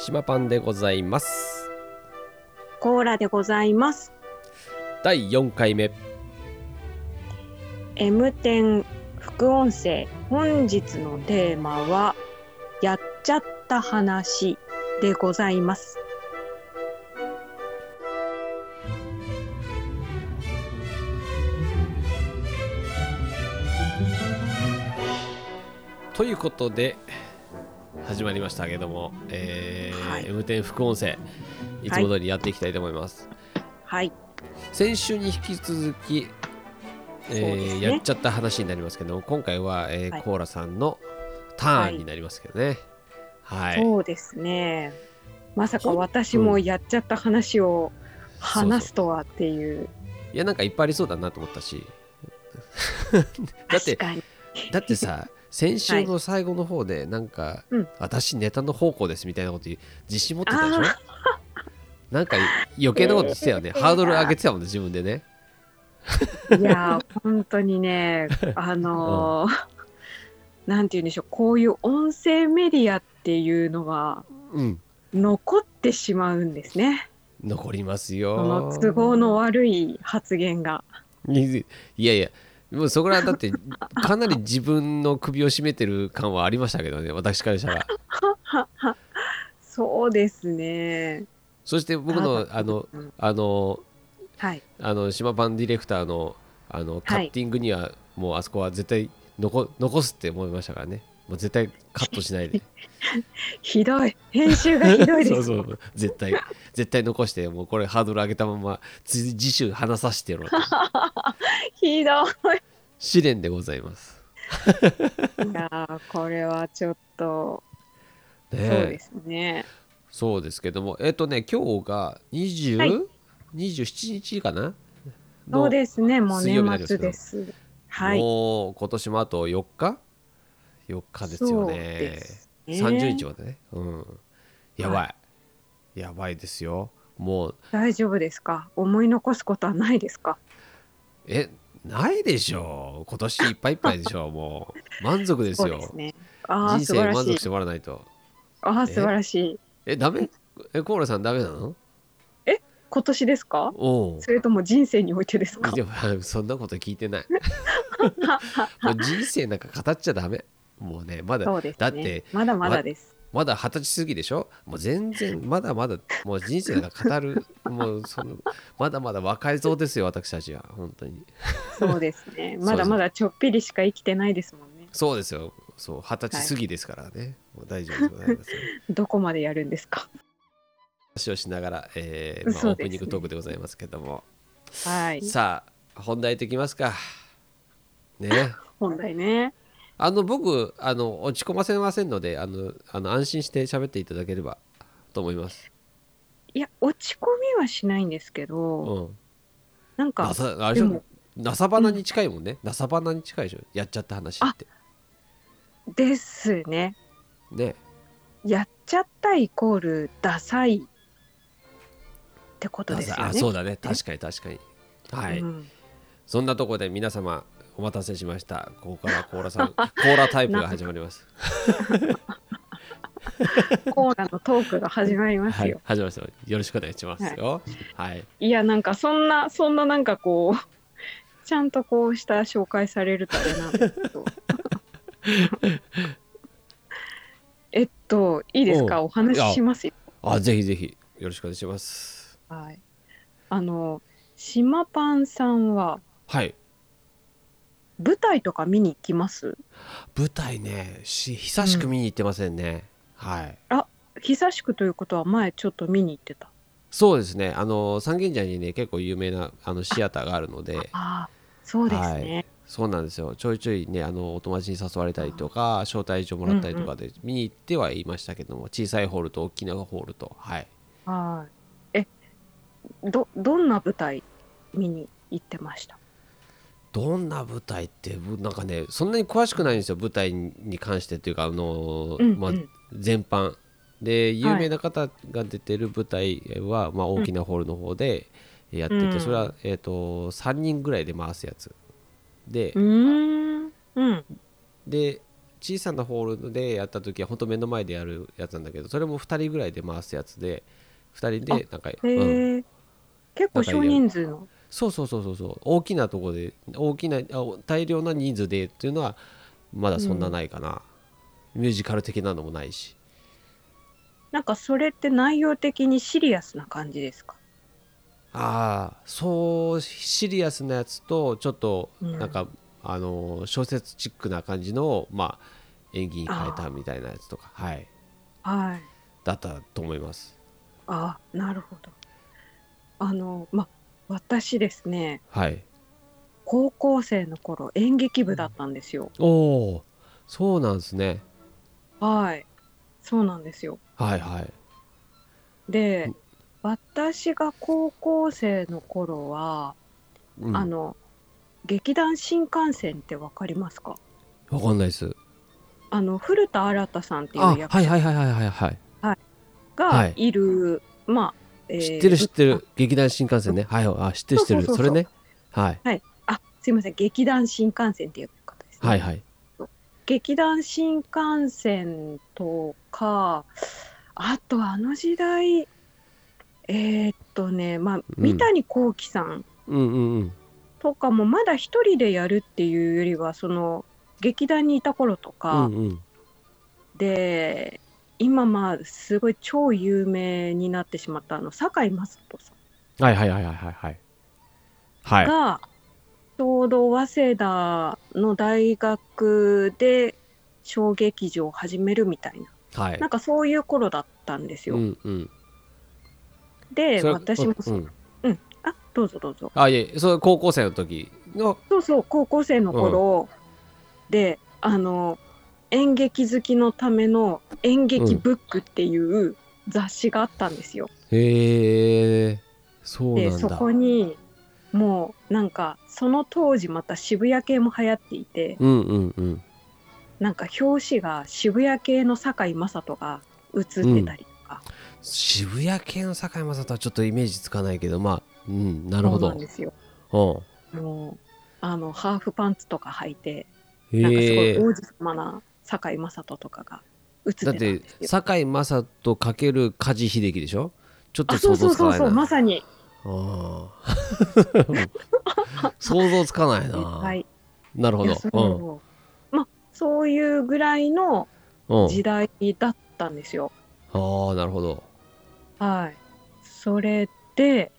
島パンでございます。 コーラでございます。 第4回目 M10 副音声、本日のテーマはやっちゃった話でございます。 ということで始まりましたけども、 はい、 M10 副音声いつも通りやっていきたいと思います。 はい、 先週に引き続き、 ね、 やっちゃった話になりますけども、今回は、 はい、 コーラさんのターンになりますけどね。はい、 そうですね。まさか私もやっちゃった話を話すとはっていう。 いや、なんかいっぱいありそうだなと思ったしだってさ、先週の最後の方でなんか、私ネタの方向ですみたいなこと自信持ってたでしょ。なんか余計なことしてたよね。ハードル上げてたもんね、自分でね。 いや本当にね、なんて言うんでしょう、こういう音声メディアっていうのは、残ってしまうんですね。 残りますよ。 その都合の悪い発言が。 いやいや、もうそこらだってかなり自分の首を絞めてる感はありましたけどね、私からしたら。 そうですね。 そして僕の島パンディレクターのカッティングにはもうあそこは絶対残すって思いましたからね。もう絶対カットしないで。 ひどい、編集がひどいです。 そう絶対残して、もうこれハードル上げたまま次週話させてやろうと。 ひどい。 試練でございます。 いやこれはちょっと、そうですね。 そうですけども、今日が27日かな。 そうですね、もう年末です。はい。 もう今年もあと4日ですよね。30日までね。やばい、やばいですよ。もう大丈夫ですか？思い残すことはないですか？ ないでしょう。今年いっぱいいっぱいでしょう。もう満足ですよ。 そうですね。 人生満足してもらわないと。 素晴らしい。 ダメ？コーラさんダメなの？ 今年ですか？それとも人生においてですか？ そんなこと聞いてない。もう人生なんか語っちゃダメ。もうね、まだ、 ね、 だってまだまだです。 まだ20歳過ぎでしょ。もう全然まだまだ、もう人生なんか語るもうまだまだ若いぞですよ、私たちは本当に。 そうですね。まだまだちょっぴりしか生きてないですもんね。 そうですよ。そう、20歳過ぎですからね。もう大丈夫でございますよ。 どこまでやるんですか？ 話をしながら、オープニングトークでございますけども、 はい、 さあ本題といきますかね。 本題ね。 僕落ち込ませませんので、安心して喋っていただければと思います。 いや、落ち込みはしないんですけど、なんかあれでもなさばなに近いもんね。なさばなに近いでしょ、やっちゃった話って。 ですね。やっちゃったイコールダサいってことですよね。 そうだね、確かに。はい、そんなところで皆様お待たせしました。ここからコーラさんコーラタイプが始まります。 コーラのトークが始まりますよ。 始まりますよ。よろしくお願いしますよ。はい。 いや、なんかそんななんかこうちゃんとこうした紹介されるとあれなんですけど。いいですか？お話ししますよ。 ぜひぜひよろしくお願いします。 はい。島パンさんは、 はい。 舞台とか見に行きます？ 舞台ね、久しく見に行ってませんね。はい。 久しくということは前ちょっと見に行ってた？ そうですね。三軒茶屋にね、結構有名なシアターがあるので。 そうですね。 そうなんですよ。ちょいちょいね、お友達に誘われたりとか、招待状もらったりとかで見に行ってはいましたけども、小さいホールと大きなホールと。はい。 どんな舞台見に行ってました？ どんな舞台ってなんかね、そんなに詳しくないんですよ、舞台に関してっていうか、全般で有名な方が出てる舞台は、大きなホールの方でやってて、それは、3人ぐらいで回すやつで、 小さなホールでやった時は本当目の前でやるやつなんだけど、それも2人ぐらいで回すやつで、2人でなんか、 結構少人数の。 そうそうそうそうそう、大きなところで大きな大量な人数でっていうのはまだそんなないかな、ミュージカル的なのもないし。 なんかそれって内容的にシリアスな感じですか？ そうシリアスなやつとちょっとなんか、小説チックな感じの、演技に変えたみたいなやつとか、はい、だったと思います。 なるほど。私ですね、 はい、 高校生の頃演劇部だったんですよ。 そうなんですね。 はい、そうなんですよ。 はいはい。 で、私が高校生の頃は、劇団新幹線ってわかりますか？ わかんないです。 古田新太さんっていう役者がいる、 知ってる劇団新幹線ね。知ってるそれね。 すいません、劇団新幹線っていう方ですね。劇団新幹線とか、あと時代、三谷幸喜さんとかもまだ一人でやるっていうよりは、その劇団にいた頃とか、で、今すごい超有名になってしまった堺雅人さんがちょうど早稲田の大学で小劇場を始めるみたいな、なんかそういう頃だったんですよ。で、私もどうぞどうぞ。 いえ、それ高校生の時の。 そう高校生の頃で、演劇好きのための演劇ブックっていう雑誌があったんですよ。 へえ、そうなんだ。 で、そこにもうなんかその当時また渋谷系も流行っていて、なんか表紙が渋谷系の堺雅人が写ってたりとか、 渋谷系の堺雅人はちょっとイメージつかないけど、なるほど。 そうなんですよ。もうハーフパンツとか履いて、なんかすごい王子様な堺雅人とかが写ってたんですよ。 だって堺雅人×梶秀樹でしょ。ちょっと想像つかないな。 そうまさに。 想像つかないな。なるほど。 そういうぐらいの時代だったんですよ。 なるほど。 それで、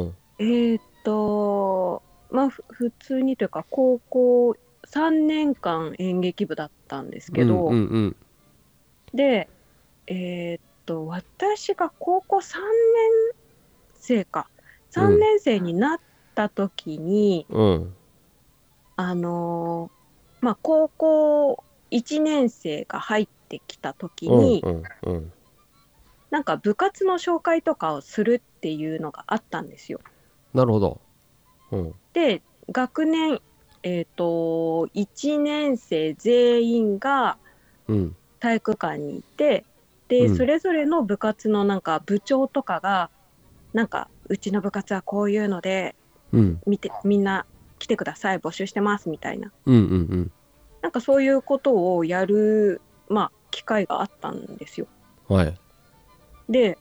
普通にというか高校3年間演劇部だったんですけど、で、私が高校3年生になった時に、高校1年生が入ってきた時に、なんか部活の紹介とかをするっていうのがあったんですよ。 なるほど。 で、学年、1年生全員が体育館にいて、で、それぞれの部活のなんか部長とかが、なんかうちの部活はこういうので、みんな来てください、募集してますみたいな、なんかそういうことをやる、機会があったんですよ。で、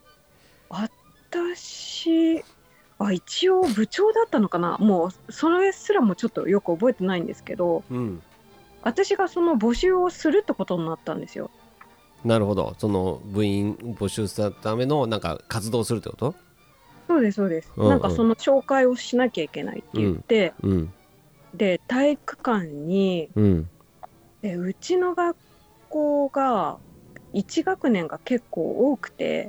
私一応部長だったのかな、もうそれすらもちょっとよく覚えてないんですけど、私がその募集をするってことになったんですよ。 なるほど。その部員募集するためのなんか活動するってこと？ そうですそうです、なんかその紹介をしなきゃいけないって言って、で体育館に、うちの学校が1学年が結構多くて、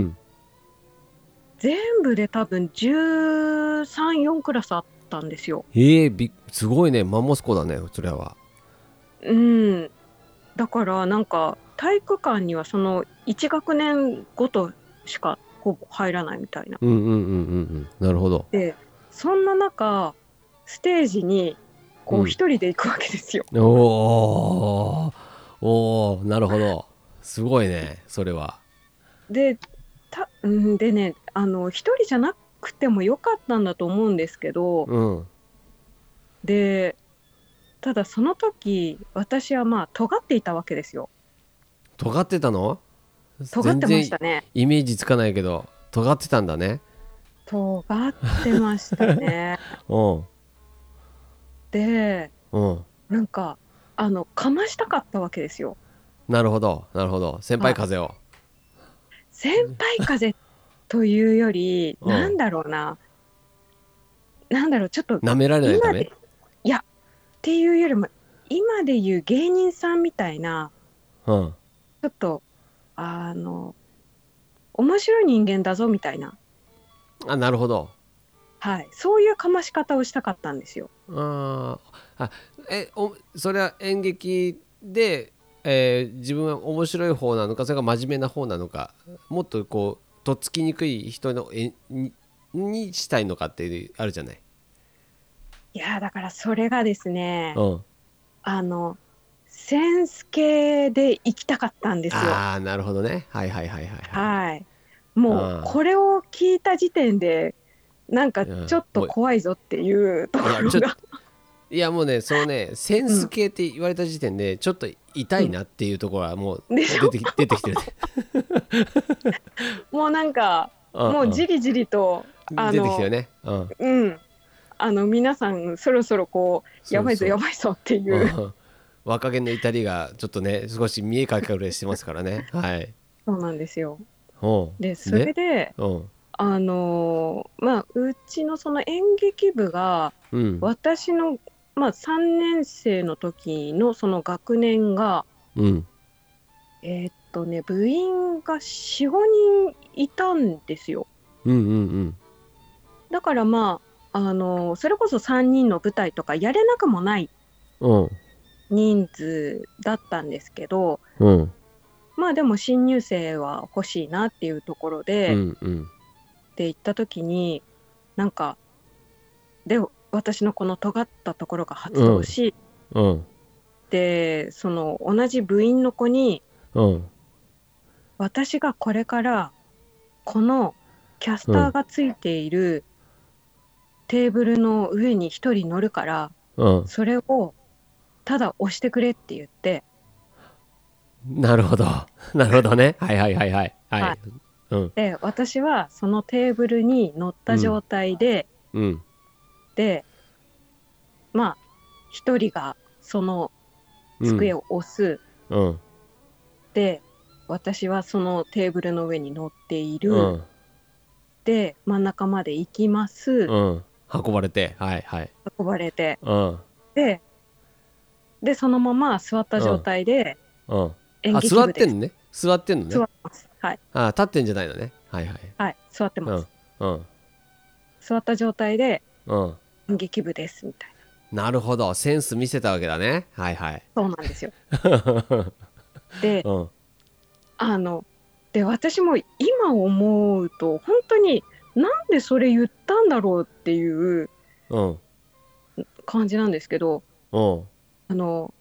全部で多分13、4クラスあったんですよ。 すごいね。マンモス校だね、それは。 だからなんか体育館にはその1学年ごとしかほぼ入らないみたいな。 なるほど。 で、そんな中ステージにこう一人で行くわけですよ。 なるほど。すごいね、それは。 でね、一人じゃなくてもよかったんだと思うんですけど、でただその時私はまあ尖っていたわけですよ。 尖ってたの？ 尖ってましたね。 イメージつかないけど尖ってたんだね。 尖ってましたね。 うん。 で、 うん。 なんかかましたかったわけですよ。 なるほどなるほど、先輩風を。 先輩風というより、 うん。 ちょっと舐められないため。 いやっていうよりも今で言う芸人さんみたいな、 うん。 ちょっと面白い人間だぞみたいな、 あ、なるほど。 はい、そういうかまし方をしたかったんですよ。 それは演劇で、自分は面白い方なのか、それが真面目な方なのか、もっとこうとっつきにくい人のにしたいのかっていうあるじゃない。 いやだからそれがですね、 うん。 センス系で行きたかったんですよ。 ああ、なるほどね。はいはいはいはいはい。 はい。もうこれを聞いた時点でなんかうん、 ちょっと怖いぞっていうところがいやもうね、そのね、センスうん、 系って言われた時点でちょっと痛うん、 いなっていうところはもうでしょ。 出てきてるね。 もうなんかもうじりじりと出てきてるね。うん。 うん、皆さんそろそろこうやばいぞそうそう。 やばいぞっていう。 うん。若気の至りがちょっとね、少し見え隠れしてますからね。はい。 そうなんですよ。 うんでそれで、 でうん。 まあうちのその演劇部がうん。 私の、まあ、3年生の時のその学年がうん。 部員が4、5人いたんですよ。 うんうんうん。 だからまあそれこそ3人の舞台とかやれなくもないうん。 人数だったんですけど、 うん。 まあでも新入生は欲しいなっていうところうで、 んうん。 で行った時になんかで私のこの尖ったところが発うん。 動し、 うん。 でその同じ部員の子に、 うん。 私がこれからこのキャスうん。 ターがついているテーブルの上に一人乗るからうん。 それをただ押してくれって言って、 なるほど。なるほどね。はいはいはいはいははい、 い。うん。 で私はそのテーブルに乗った状うん。 態で、 うん。 でまあ一人がそのうん。 机を押す、 うん。 で私はそのテーブルの上に乗っている、 うん。 で真ん中まで行きます、 うん。運ばれて、はいはい。 運ばれて、 うん。 でそのまま座った状うん。 態でうん。 演あ、座劇部です。 ってんのね。座ってんのね。 座ってます。はい。 あ、立ってんじゃないのね。はいはい。 はい。座ってうん。 ます。 うん。 座った状態でうん。 演劇部ですみたいな。 なるほど。センス見せたわけだね。はいはい。 そうなんですよ。で、 うん。 あの、私も今思うと、本当になんでそれ言ったんだろうっていううん。 感じなんですけど、 うん。 あの、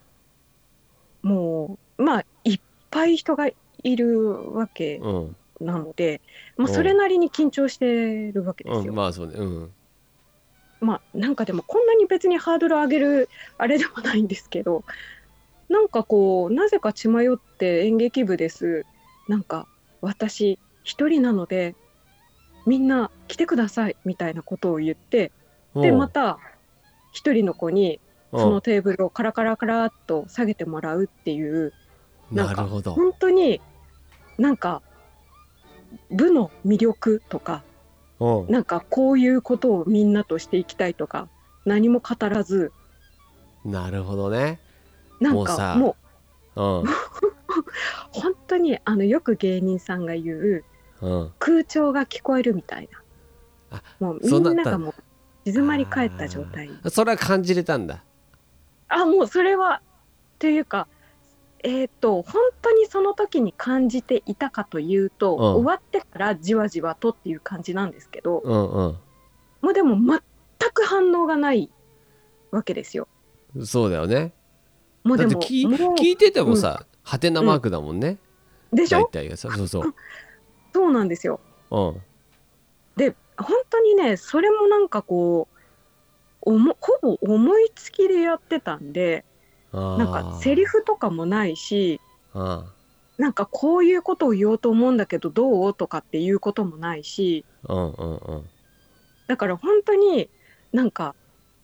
もう、まあ、いっぱい人がいるわけうん。 なので、まあ、 うん。 それなりに緊張してるわけでうん。 すよ。 まあそうね。うん。 まあ、なんかでもこんなに別にハードル上げるあれでもないんですけど、なんかこう、なぜか血迷って演劇部です。なんか私一人なのでみんな来てくださいみたいなことを言って、で、まうん。 た一人の子にそのうん。 テーブルをカラカラカラっと下げてもらうっていう、なんなるかほど。 本当になんか部の魅力とか、 うん。 なんかこういうことをみんなとしていきたいとか何も語らず、 なるほどね。 なんもうさ、 かもうん。 う本当によく芸人さんが言ううん。 空調が聞こえるみたいな、 あ、 もうみそうなった。 んながもう静まり返った状態。 それは感じれたんだ。 もうそれはというか、本当にその時に感じていたかというと、 うん。 終わってからじわじわとっていう感じなんですけど、 うんもうでも全く反応がないわけですよ。 うん。そうだよね。だってもうでも、も聞いててう、うん、 もさ、ハテナうん、 マークだもんね。 でしょ。 大体がさ、そうそそうなんですよ。 う。うん。 で、本当にね、それもなんかこう、 ほぼ思いつきでやってたんで、なんかあセリフとかもないし、 あ、 なんかこういうことを言おうと思うんだけどどうとかっていうこともないし、 うんうんうん。 だから本当になんか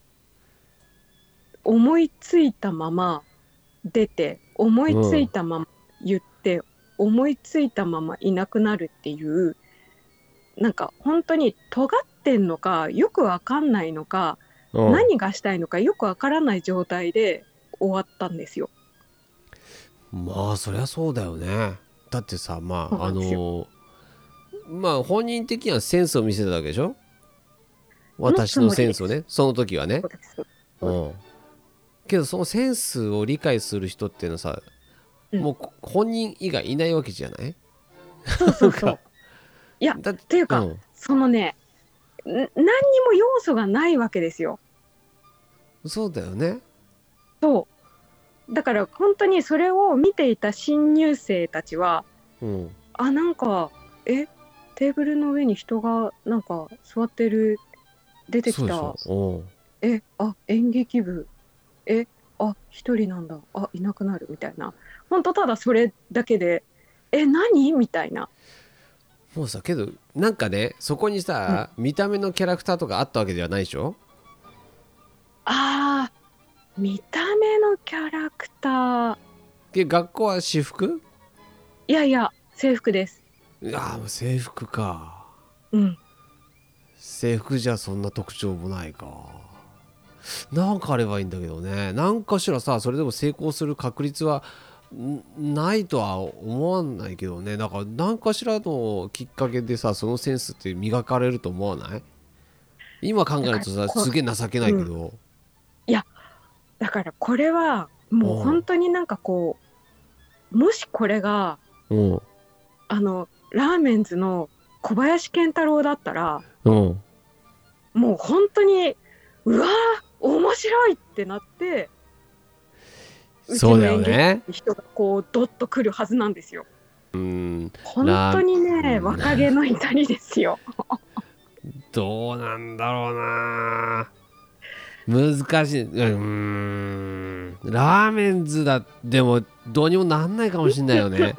思いついたまま出て、思いついたまま言って、思いついたままいなくなるっていう、なんか本当に尖ってんのかよくわかんないのか、 うん。 何がしたいのかよくわからない状態で終わったんですよ。 まあそりゃそうだよね。だってさ、まあそうなんですよ。 まあ本人的にはセンスを見せたわけでしょ。 のつ私のもりです。 センスをね、その時はね。 そうです。そうです。 うん。けどそのセンスを理解する人っていうのはさ、 うん。 もう本人以外いないわけじゃない？ そうそうそう。 なんか、 いや、 だって、 っていうか、 うん。 そのね、何にも要素がないわけですよ。 そうだよね。 そう。だから本当にそれを見ていた新入生たちは、 うん。 あ、なんか、テーブルの上に人がなんか座ってる、出てきた、 そうでしょ。うん。 演劇部、え、一人なんだ、いなくなるみたいな。本当ただそれだけで、何みたいな。 もうさ、けどなんかね、そこにうん。 さ見た目のキャラクターとかあったわけではないでしょ。 あ見た目のキャラクター。 学校は私服？ いやいや、制服です。 もう制服か。 うん。 制服じゃそんな特徴もないか。なんかあればいいんだけどね。なんかしらさ、それでも成功する確率はないとは思わないけどね。だから何かしらのきっかけでさ、そのセンスって磨かれると思わない？今考だからえるとさ、すげえ情けないうん。 けど。 いや、だからこれはもううん本当になんかこう、もしこれが、 うんラーメンズの小林健太郎だったら、 うん。 もう本当に、うわー、面白いってなって、うちそうだの演劇よね。 に人がこう、どっと来るはずなんですよ。 うん。 本当にうね、 ん。 若気の至りですよ。 どうなんだろうな。難しい。ラーメンズだ。でもどうにもなんないかもしんないよね。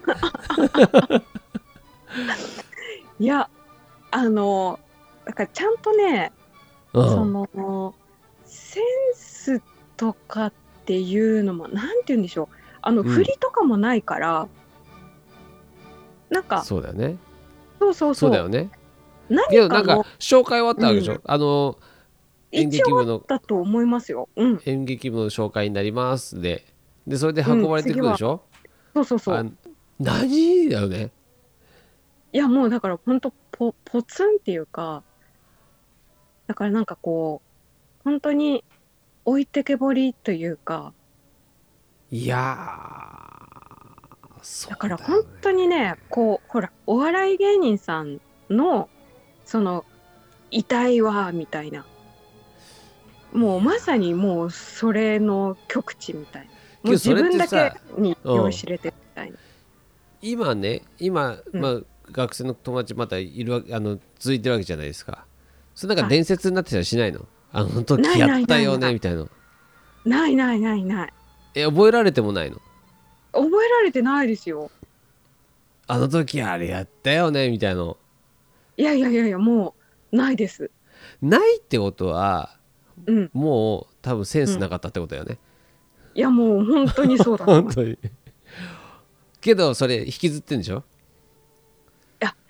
いや、だからちゃんとね、そうん。 の、センスとかっていうのも、なんて言うんでしょう。振りうん。 とかもないから、なんか、 そうだよね。 そうそうそそうだよね。 う。 けどなんか何かの、 紹介はあったわけでしょ。 うん、 演一応あっ劇部のたと思いますよ。うん、 演劇部の紹介になりますでそれでうん、 運ばれて次は、 くるでしょ。 そうそうそあ、 う。 何だよね。 いや、もうだから本当ポツンっていうか、だからなんかこう、本当に置いてけぼりというか、 いやそだから本うだよね。 当にね、こう、ほら、お笑い芸人さんの、その、痛いわ、みたいな。もういやまさにもうそれの極致みたいな。もう自けどそれっ分だけてさ、 にうん、 酔いしれてるみたいな。 今ね、 うん。 学生の友達またいるわけ、続いてるわけじゃないですか。それなんかはい。 伝説になってたりしないの？あの時やっないないたよないない。 ねみたいな。 ないないないない。 覚えられてもないの？ 覚えられてないですよ。 あの時あれやったよねみたいな。 いやいやいやいや、もうないです。 ないってことはうん。 もう多分センうん。 スなかったってことだよね。 いやもう本当にそうだと思います。 本当に。けどそれ引きずってんでしょ。 いや、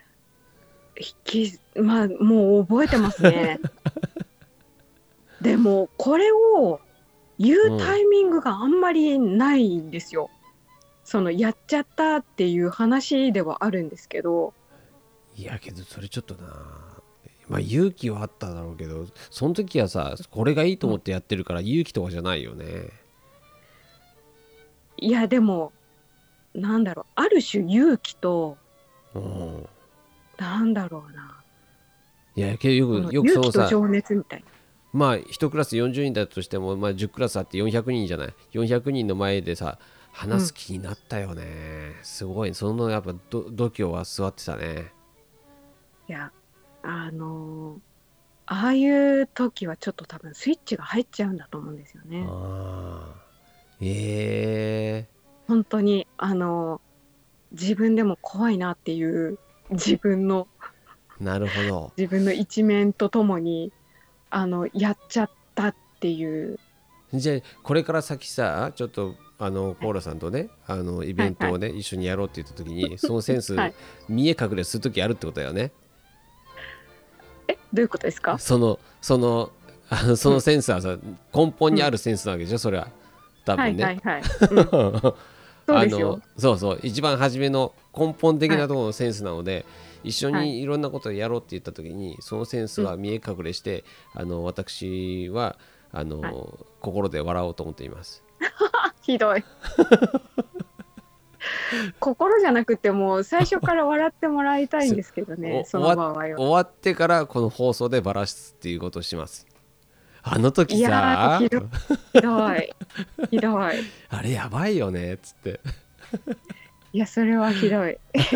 まあもう覚えてますね。でもこれを言うタうん。 イミングがあんまりないんですよ。そのやっちゃったっていう話ではあるんですけど、 いやけどそれちょっとな、まあ勇気はあっただろうけど、その時はさ、これがいいとうん、 思ってやってるから勇気とかじゃないよね。 いやでもなんだろう、ある種勇気と、 うん。 なんだろうな、 いやけどよこくよくの勇そのさ、 気と情熱みたいな。 まあ1クラス40人だとしても、まあ、10クラスあって400人じゃない。400人の前でさ話すうん。 気になったよね。すごいそのやっぱ度胸は座ってたね。 いや、あのーああいう時はちょっと多分スイッチが入っちゃうんだと思うんですよね。 ああ、ええ本当に自分でも怖いなっていう自分のなるほど。 自分の一面とともにやっちゃったっていう。 じゃあこれから先さ、ちょっとコはいーラさんとね、イベはいはいントをね一緒にやろうって言った時に、そのセンスはい。 見え隠れする時あるってことだよね。 どういうことですか？ そのうんセンスはさ、根本うんにあるセンスなわけでしょ、それは。多はいは分ね。 いはい。うん。そうですよ。 そうそう、一番初めの根本的はいなところのセンスなので、一緒はい。 にいろんなことをやろうって言った時に、そのセンスうん。 は見え隠れして、私ははい。 心で笑おうと思っています。 ひどい。心じゃなくてもう最初から笑ってもらいたいんすですけどね、 おその場合は。 終わってからこの放送でバラすっていうことをします。あの時いやー、 さ、 ひどい。ひどい。 あれやばいよねっつって。 いや、それはひどい。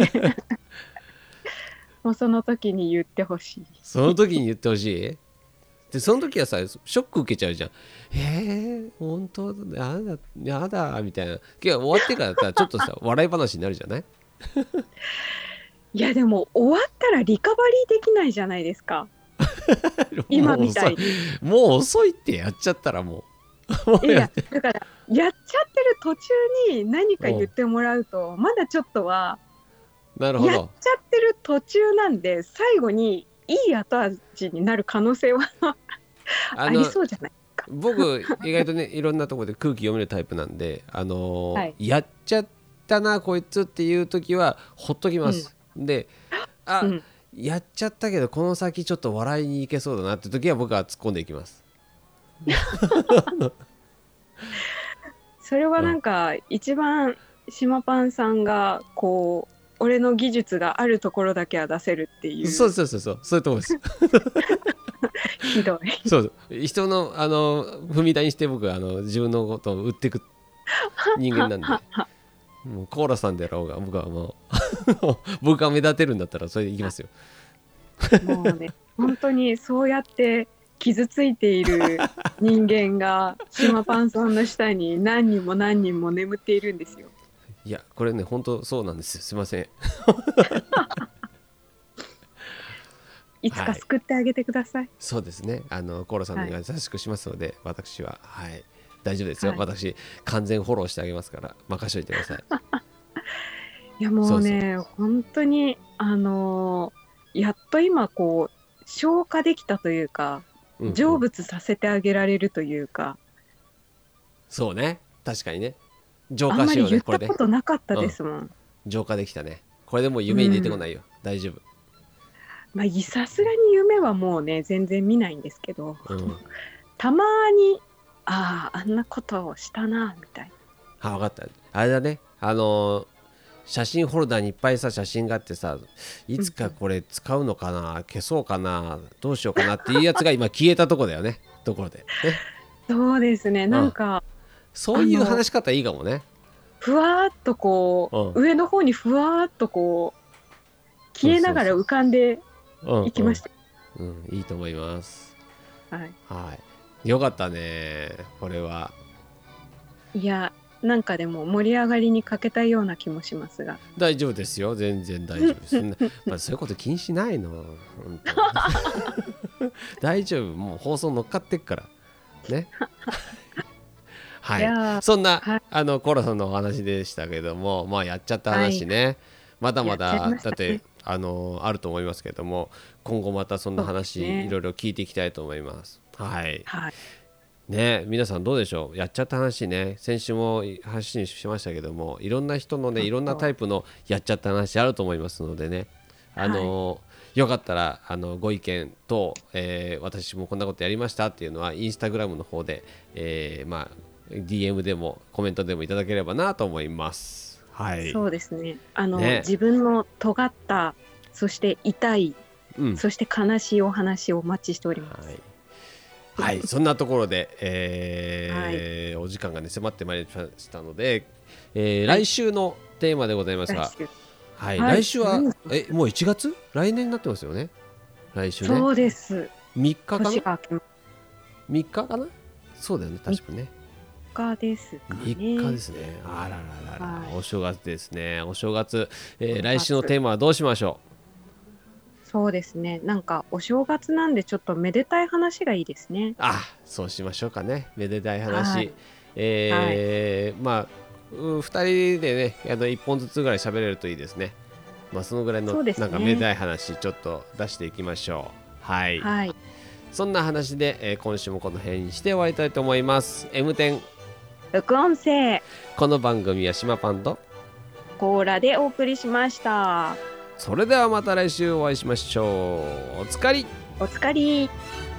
もうその時に言ってほしい。 その時に言ってほしい。でその時はさ、ショック受けちゃうじゃん。本当やだやだみたいな。終わってからだったらちょっとさ笑い話になるじゃない。 いや、でも終わったらリカバリーできないじゃないですか。今もう遅い、 みたいに。 もう遅いってやっちゃったらもういや、 やって。 だから、やっちゃってる途中に何かうん、 言ってもらうと、まだちょっとは、やっなるほど。 ちゃってる途中なんで、最後にいい後味になる可能性はありあのそうじゃないか。 僕意外とねいろんなところで空気読めるタイプなんで、 はい。 やっちゃったなこいつっていう時はほっときうん。 ます。で、あ、 うん。 やっちゃったけどこの先ちょっと笑いにいけそうだなって時は僕は突っ込んでいきます。 それはうん、 なんか、一番島パンさんが、こう、俺の技術があるところだけは出せるっていう、 そうそうそうそうそういうとこです。 ひどい。 そう人の踏み台にして僕は自分のことを売っていく人間なんで、もうコーラさんであろうが僕はもう僕が目立てるんだったらそれでいきますよ。 もうね、本当にそうやって傷ついている人間が島パンさんの下に何人も何人も眠っているんですよ。 いやこれね本当そうなんですよ、すいません。 いつかはい、 救ってあげてください。 そうですね。コーラさんはい。 に優しくしますので、私は、はい、大丈夫ですよ。 はい。 私、完全フォローしてあげますから、任しといてください。 いやもそうそう。 うね、本当に、やっと今こう、消化できたというか、成うんうん。 仏させてあげられるというか、 そうね。確かにね。浄あん化しようね、 まり言ったこれで。 ことなかったうん。 ですもん。 浄化できたね。これでもうう夢に出てこなん。 いよ。大丈夫。 まあ、さすがに夢はもうね、全然見ないんですけど、 うん。 たまに、ああ、あんなことをしたな、みたいあ、分かった。あれだね。写真ホルダーにいっぱいさ、写真があってさ、いな。うつかんうん。 これ使うのかな、消そうかな、どうしようかなっていうやつが今消えたとこだよね。ところで。ね。 そうですね、 うん。 なんか、 そういうあの、 話し方いいかもね。 ふわーっとこうん。 う、上の方にふわーっとこう、 そうそうそう。 消えながら浮かんでうんうん。 いきました。 うん、いいと思います。 はい。 はい。よかったね。これは。 いや、なんかでも盛り上がりに欠けたような気もしますが。 大丈夫ですよ。全然大丈夫です。そんな、まあ、そういうこと気にしないの。本当。大丈夫。もう放送乗っかってっから。ね。はい。 いやー、 そんな、 はい、 コーラさんのお話でしたけども、まあ、やっちゃったはい、 話ね。まだまやっちゃいだ、だって、 ましたね。 あると思いますけども、今後またそんなそうです話、いね。 ろいろ聞いていきたいと思います。はい。 はい。 ね、皆さんどうでしょう。やっちゃった話ね、先週も発信しましたけども、いろんな人のね、 そういろんなタそう。 イプのやっちゃった話あると思いますのでね、 はい。 よかったらご意見と、私もこんなことやりましたっていうのはインスタグラムの方で、まあ DM でもコメントでもいただければなと思います。はい。 そうですね。 ね。 自分の尖った、そして痛い、 うん。 そして悲しいお話をお待ちしております。 はい。はい、そんなところで、 はい。 お時間がね迫ってまいりましたので、 はい。 来週のテーマでございますが、 来週。 はい、 はい。 来週は、 何？ もう1月来年になってますよね。来週ね。 そうです。 3日かな。 年が明けま 3日かな。そうだよね、確かね。 3日ですかね。 3日ですね。あらららら、 はいお正月ですね。お正月、来週のテーマはどうしましょそうですね。なんかお正月なんでちょっとめでたい話がいいですね。 う。そうしましょうかね。めでたいは話。 い。はい。 まあ、2人でね、1本ずつぐらい喋れるといいですね。まあ、そのぐらいのそうですなんかめでね。 たい話、ちょっと出していきましょう。はい。 はい。 そんな話で、今週もこの辺にして終わりたいと思います。M10。 副音声、 この番組は島パンと。 コーラでお送りしました。 それではまた来週お会いしましょう。おつかり。 おつかり。